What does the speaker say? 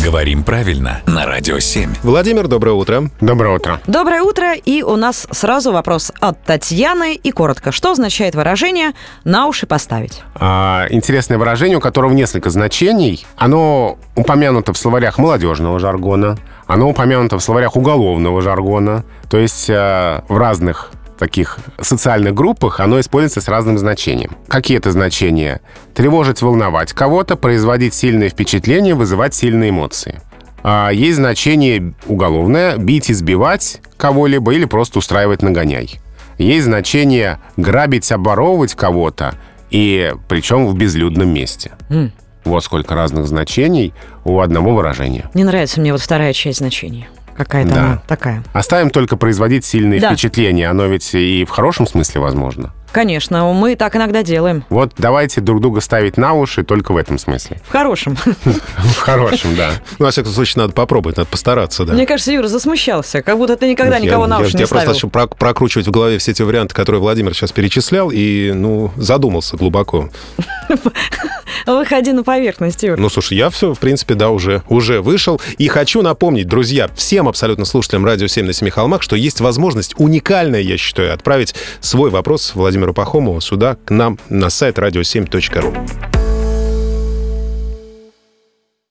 Говорим правильно на Радио 7. Владимир, доброе утро. Доброе утро. Доброе утро, и у нас сразу вопрос от Татьяны. И коротко, что означает выражение «на уши поставить»? Интересное выражение, у которого несколько значений. Оно упомянуто в словарях молодежного жаргона, оно упомянуто в словарях уголовного жаргона. То есть в разных таких социальных группах оно используется с разным значением. Какие это значения? Тревожить, волновать кого-то, производить сильное впечатление, вызывать сильные эмоции. Есть значение уголовное — бить, избивать кого-либо или просто устраивать нагоняй. Есть значение грабить, обворовывать кого-то, и причем в безлюдном месте. Вот сколько разных значений у одного выражения. Не нравится мне вот вторая часть значения. Какая-то она такая. Оставим только производить сильные впечатления. Оно ведь и в хорошем смысле возможно. Конечно, мы так иногда делаем. Вот давайте друг друга ставить на уши только в этом смысле. В хорошем. В хорошем, да. Ну, во всяком случае, надо попробовать, надо постараться, да. Мне кажется, Юра засмущался, как будто ты никогда никого на уши не ставил. Я просто начал прокручивать в голове все эти варианты, которые Владимир сейчас перечислял, и, задумался глубоко. Выходи на поверхность, Юр. Слушай, я все, в принципе, уже вышел. И хочу напомнить, друзья, всем абсолютно слушателям «Радио 7» на Семи холмах, что есть возможность уникальная, я считаю, отправить свой вопрос Владимиру Пахомову сюда, к нам, на сайт radio7.ru.